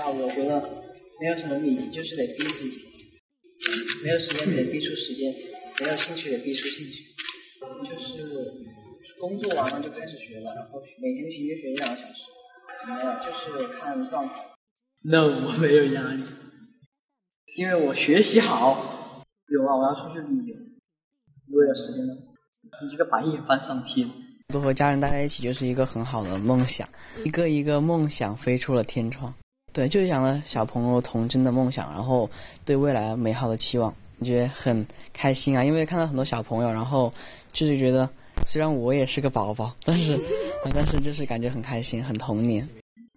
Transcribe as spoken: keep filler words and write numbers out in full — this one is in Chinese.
话，我觉得没有什么秘籍，就是得逼自己。没有时间得逼出时间，没有兴趣得逼出兴趣。就是工作完了就开始学了，然后每天平均学一两个小时。没有，就是看状态。 那、no, 我没有压力，因为我学习好。有啊，我要出去旅游。如果有时间了，你这个白眼翻上天。 都和家人待在一起就是一个很好的梦想，一个一个梦想飞出了天窗。对，就是想了小朋友童真的梦想，然后对未来美好的期望，我觉得很开心啊！因为看到很多小朋友，然后就是觉得虽然我也是个宝宝，但是但是就是感觉很开心，很童年。